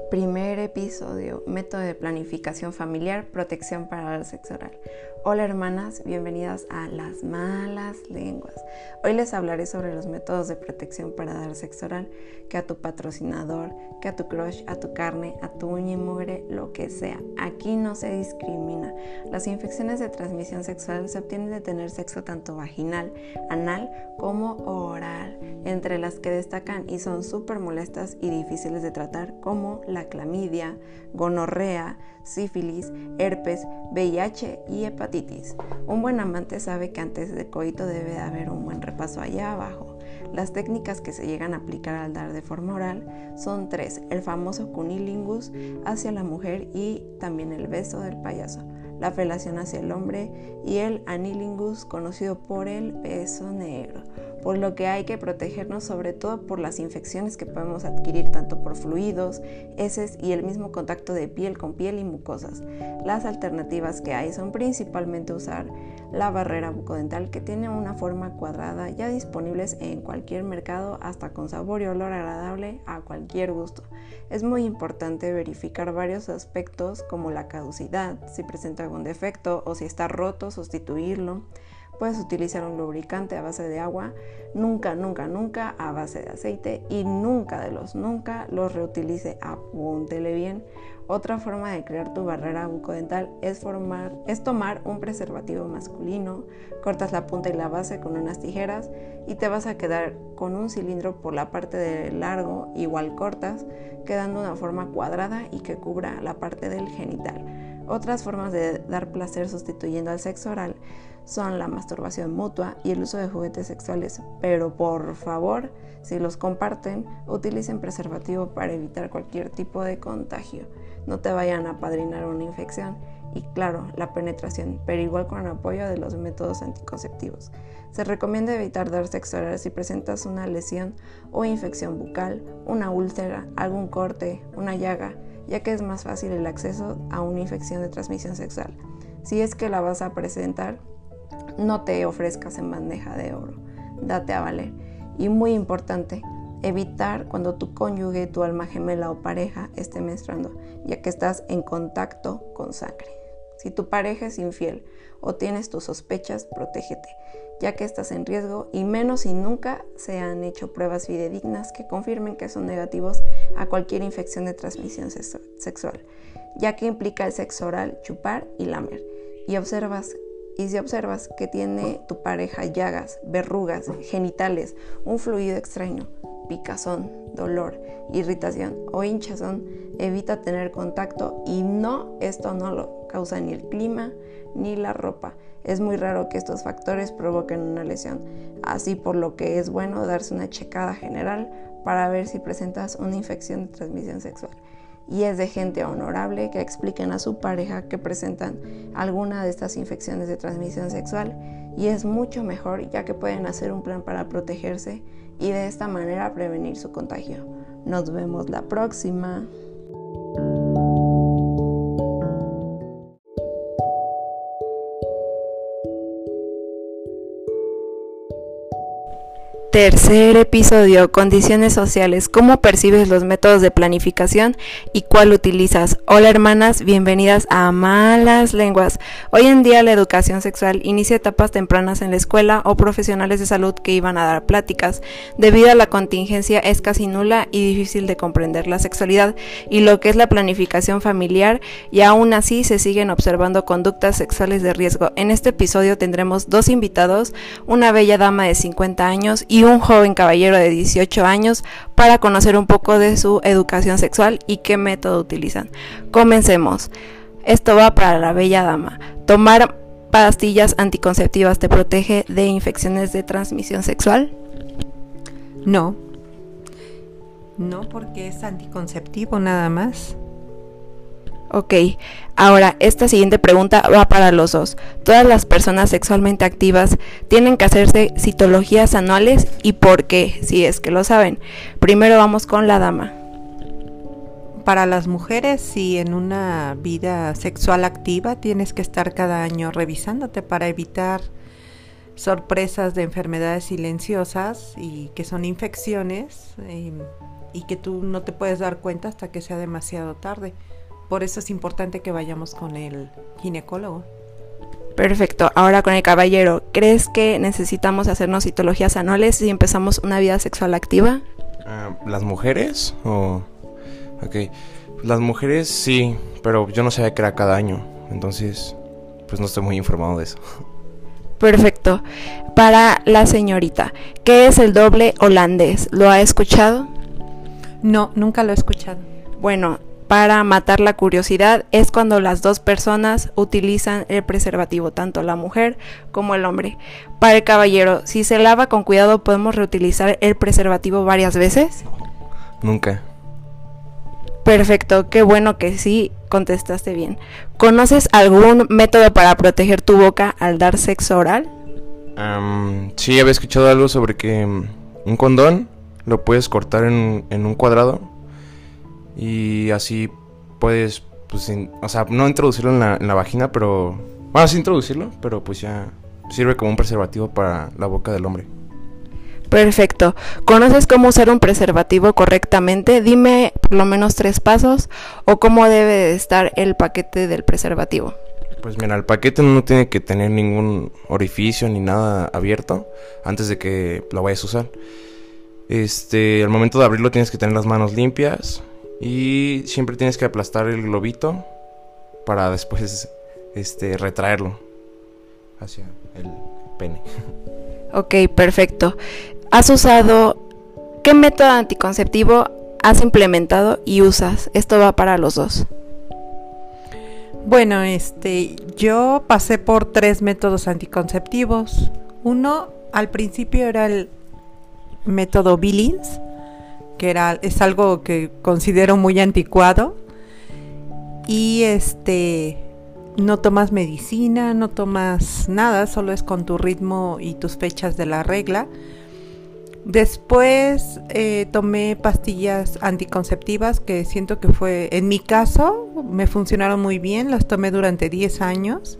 Primer episodio, método de planificación familiar, protección para el sexo oral. Hola hermanas, bienvenidas a Las Malas Lenguas. Hoy les hablaré sobre los métodos de protección para dar sexo oral, que a tu patrocinador, que a tu crush, a tu carne, a tu uña y mugre, lo que sea. Aquí no se discrimina. Las infecciones de transmisión sexual se obtienen de tener sexo tanto vaginal, anal como oral, entre las que destacan y son súper molestas y difíciles de tratar como la clamidia, gonorrea, sífilis, herpes, VIH y hepatitis. Un buen amante sabe que antes de coito debe de haber un buen repaso allá abajo. Las técnicas que se llegan a aplicar al dar de forma oral son 3: el famoso cunilingus hacia la mujer y también el beso del payaso, la felación hacia el hombre y el anilingus, conocido por el beso negro, por lo que hay que protegernos sobre todo por las infecciones que podemos adquirir tanto por fluidos, heces y el mismo contacto de piel con piel y mucosas. Las alternativas que hay son principalmente usar la barrera bucodental, que tiene una forma cuadrada, ya disponibles en cualquier mercado, hasta con sabor y olor agradable a cualquier gusto. Es muy importante verificar varios aspectos como la caducidad, si presenta algún defecto o si está roto, sustituirlo. Puedes utilizar un lubricante a base de agua, nunca a base de aceite, y nunca los reutilice, apúntele bien. Otra forma de crear tu barrera bucodental es tomar un preservativo masculino, cortas la punta y la base con unas tijeras y te vas a quedar con un cilindro por la parte de largo, igual cortas, quedando una forma cuadrada y que cubra la parte del genital. Otras formas de dar placer sustituyendo al sexo oral son la masturbación mutua y el uso de juguetes sexuales, pero por favor, si los comparten, utilicen preservativo para evitar cualquier tipo de contagio. No te vayan a apadrinar una infección. Y claro, la penetración, pero igual con apoyo de los métodos anticonceptivos. Se recomienda evitar dar sexo oral si presentas una lesión o infección bucal, una úlcera, algún corte, una llaga, ya que es más fácil el acceso a una infección de transmisión sexual. Si es que la vas a presentar, no te ofrezcas en bandeja de oro, date a valer. Y muy importante, evitar cuando tu cónyuge, tu alma gemela o pareja esté menstruando, ya que estás en contacto con sangre. Si tu pareja es infiel o tienes tus sospechas, protégete, ya que estás en riesgo, y menos si nunca se han hecho pruebas fidedignas que confirmen que son negativos a cualquier infección de transmisión sexual, ya que implica el sexo oral, chupar y lamer. Y si observas que tiene tu pareja llagas, verrugas, genitales, un fluido extraño, picazón, dolor, irritación o hinchazón, evita tener contacto, y esto no lo causa ni el clima ni la ropa. Es muy raro que estos factores provoquen una lesión, así por lo que es bueno darse una checada general para ver si presentas una infección de transmisión sexual. Y es de gente honorable que expliquen a su pareja que presentan alguna de estas infecciones de transmisión sexual, y es mucho mejor, ya que pueden hacer un plan para protegerse y de esta manera prevenir su contagio. Nos vemos la próxima. Tercer episodio, condiciones sociales. ¿Cómo percibes los métodos de planificación y cuál utilizas? Hola hermanas, bienvenidas a Malas Lenguas. Hoy en día la educación sexual inicia etapas tempranas en la escuela o profesionales de salud que iban a dar pláticas. Debido a la contingencia es casi nula y difícil de comprender la sexualidad y lo que es la planificación familiar, y aún así se siguen observando conductas sexuales de riesgo. En este episodio tendremos 2 invitados, una bella dama de 50 años y un joven caballero de 18 años, para conocer un poco de su educación sexual y qué método utilizan. Comencemos. Esto va para la bella dama. ¿Tomar pastillas anticonceptivas te protege de infecciones de transmisión sexual? No, porque es anticonceptivo nada más. Ok, ahora esta siguiente pregunta va para los dos. ¿Todas las personas sexualmente activas tienen que hacerse citologías anuales y por qué, si es que lo saben? Primero vamos con la dama. Para las mujeres, si en una vida sexual activa tienes que estar cada año revisándote para evitar sorpresas de enfermedades silenciosas y que son infecciones y que tú no te puedes dar cuenta hasta que sea demasiado tarde. Por eso es importante que vayamos con el ginecólogo. Perfecto. Ahora con el caballero, ¿crees que necesitamos hacernos citologías anuales si empezamos una vida sexual activa? ¿Las mujeres? Ok. Las mujeres sí, pero yo no sabía que era cada año. Entonces, pues no estoy muy informado de eso. Perfecto. Para la señorita, ¿qué es el doble holandés? ¿Lo ha escuchado? No, nunca lo he escuchado. Bueno, para matar la curiosidad es cuando las dos personas utilizan el preservativo, tanto la mujer como el hombre. Para el caballero, si se lava con cuidado, ¿podemos reutilizar el preservativo varias veces? Nunca. Perfecto, qué bueno que sí contestaste bien. ¿Conoces algún método para proteger tu boca al dar sexo oral? Sí, había escuchado algo sobre que un condón lo puedes cortar en un cuadrado y así puedes, pues, no introducirlo en la vagina, pero... Bueno, sí introducirlo, pero pues ya sirve como un preservativo para la boca del hombre. Perfecto. ¿Conoces cómo usar un preservativo correctamente? Dime por lo menos 3 pasos o cómo debe de estar el paquete del preservativo. Pues mira, el paquete no tiene que tener ningún orificio ni nada abierto antes de que lo vayas a usar. Al momento de abrirlo tienes que tener las manos limpias y siempre tienes que aplastar el globito para después retraerlo hacia el pene. Ok, perfecto. ¿Qué método anticonceptivo has implementado y usas? Esto va para los dos. Bueno, yo pasé por 3 métodos anticonceptivos. Uno, al principio era el método Billings, que es algo que considero muy anticuado. Y no tomas medicina, no tomas nada, solo es con tu ritmo y tus fechas de la regla. Después tomé pastillas anticonceptivas que siento que en mi caso, me funcionaron muy bien, las tomé durante 10 años.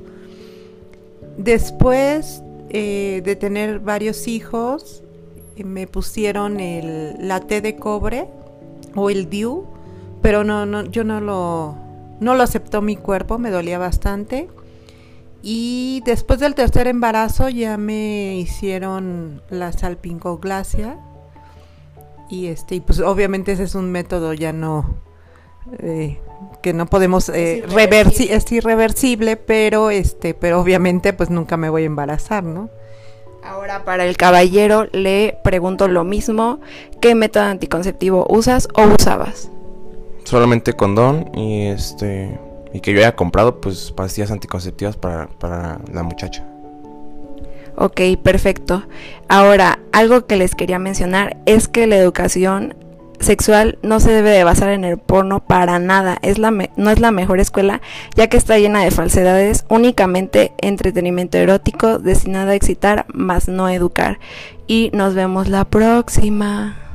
Después de tener varios hijos, me pusieron la T de cobre o el DIU, pero yo no lo aceptó mi cuerpo, me dolía bastante. Y después del tercer embarazo ya me hicieron la salpingoglasia. Y pues obviamente ese es un método ya no que no podemos es irreversible, pero obviamente pues nunca me voy a embarazar, ¿no? Ahora para el caballero le pregunto lo mismo, ¿qué método anticonceptivo usas o usabas? Solamente condón y que yo haya comprado pues pastillas anticonceptivas para la muchacha. Ok, perfecto. Ahora, algo que les quería mencionar es que la educación sexual no se debe de basar en el porno para nada. No es la mejor escuela, ya que está llena de falsedades, únicamente entretenimiento erótico destinado a excitar, más no educar. Y nos vemos la próxima.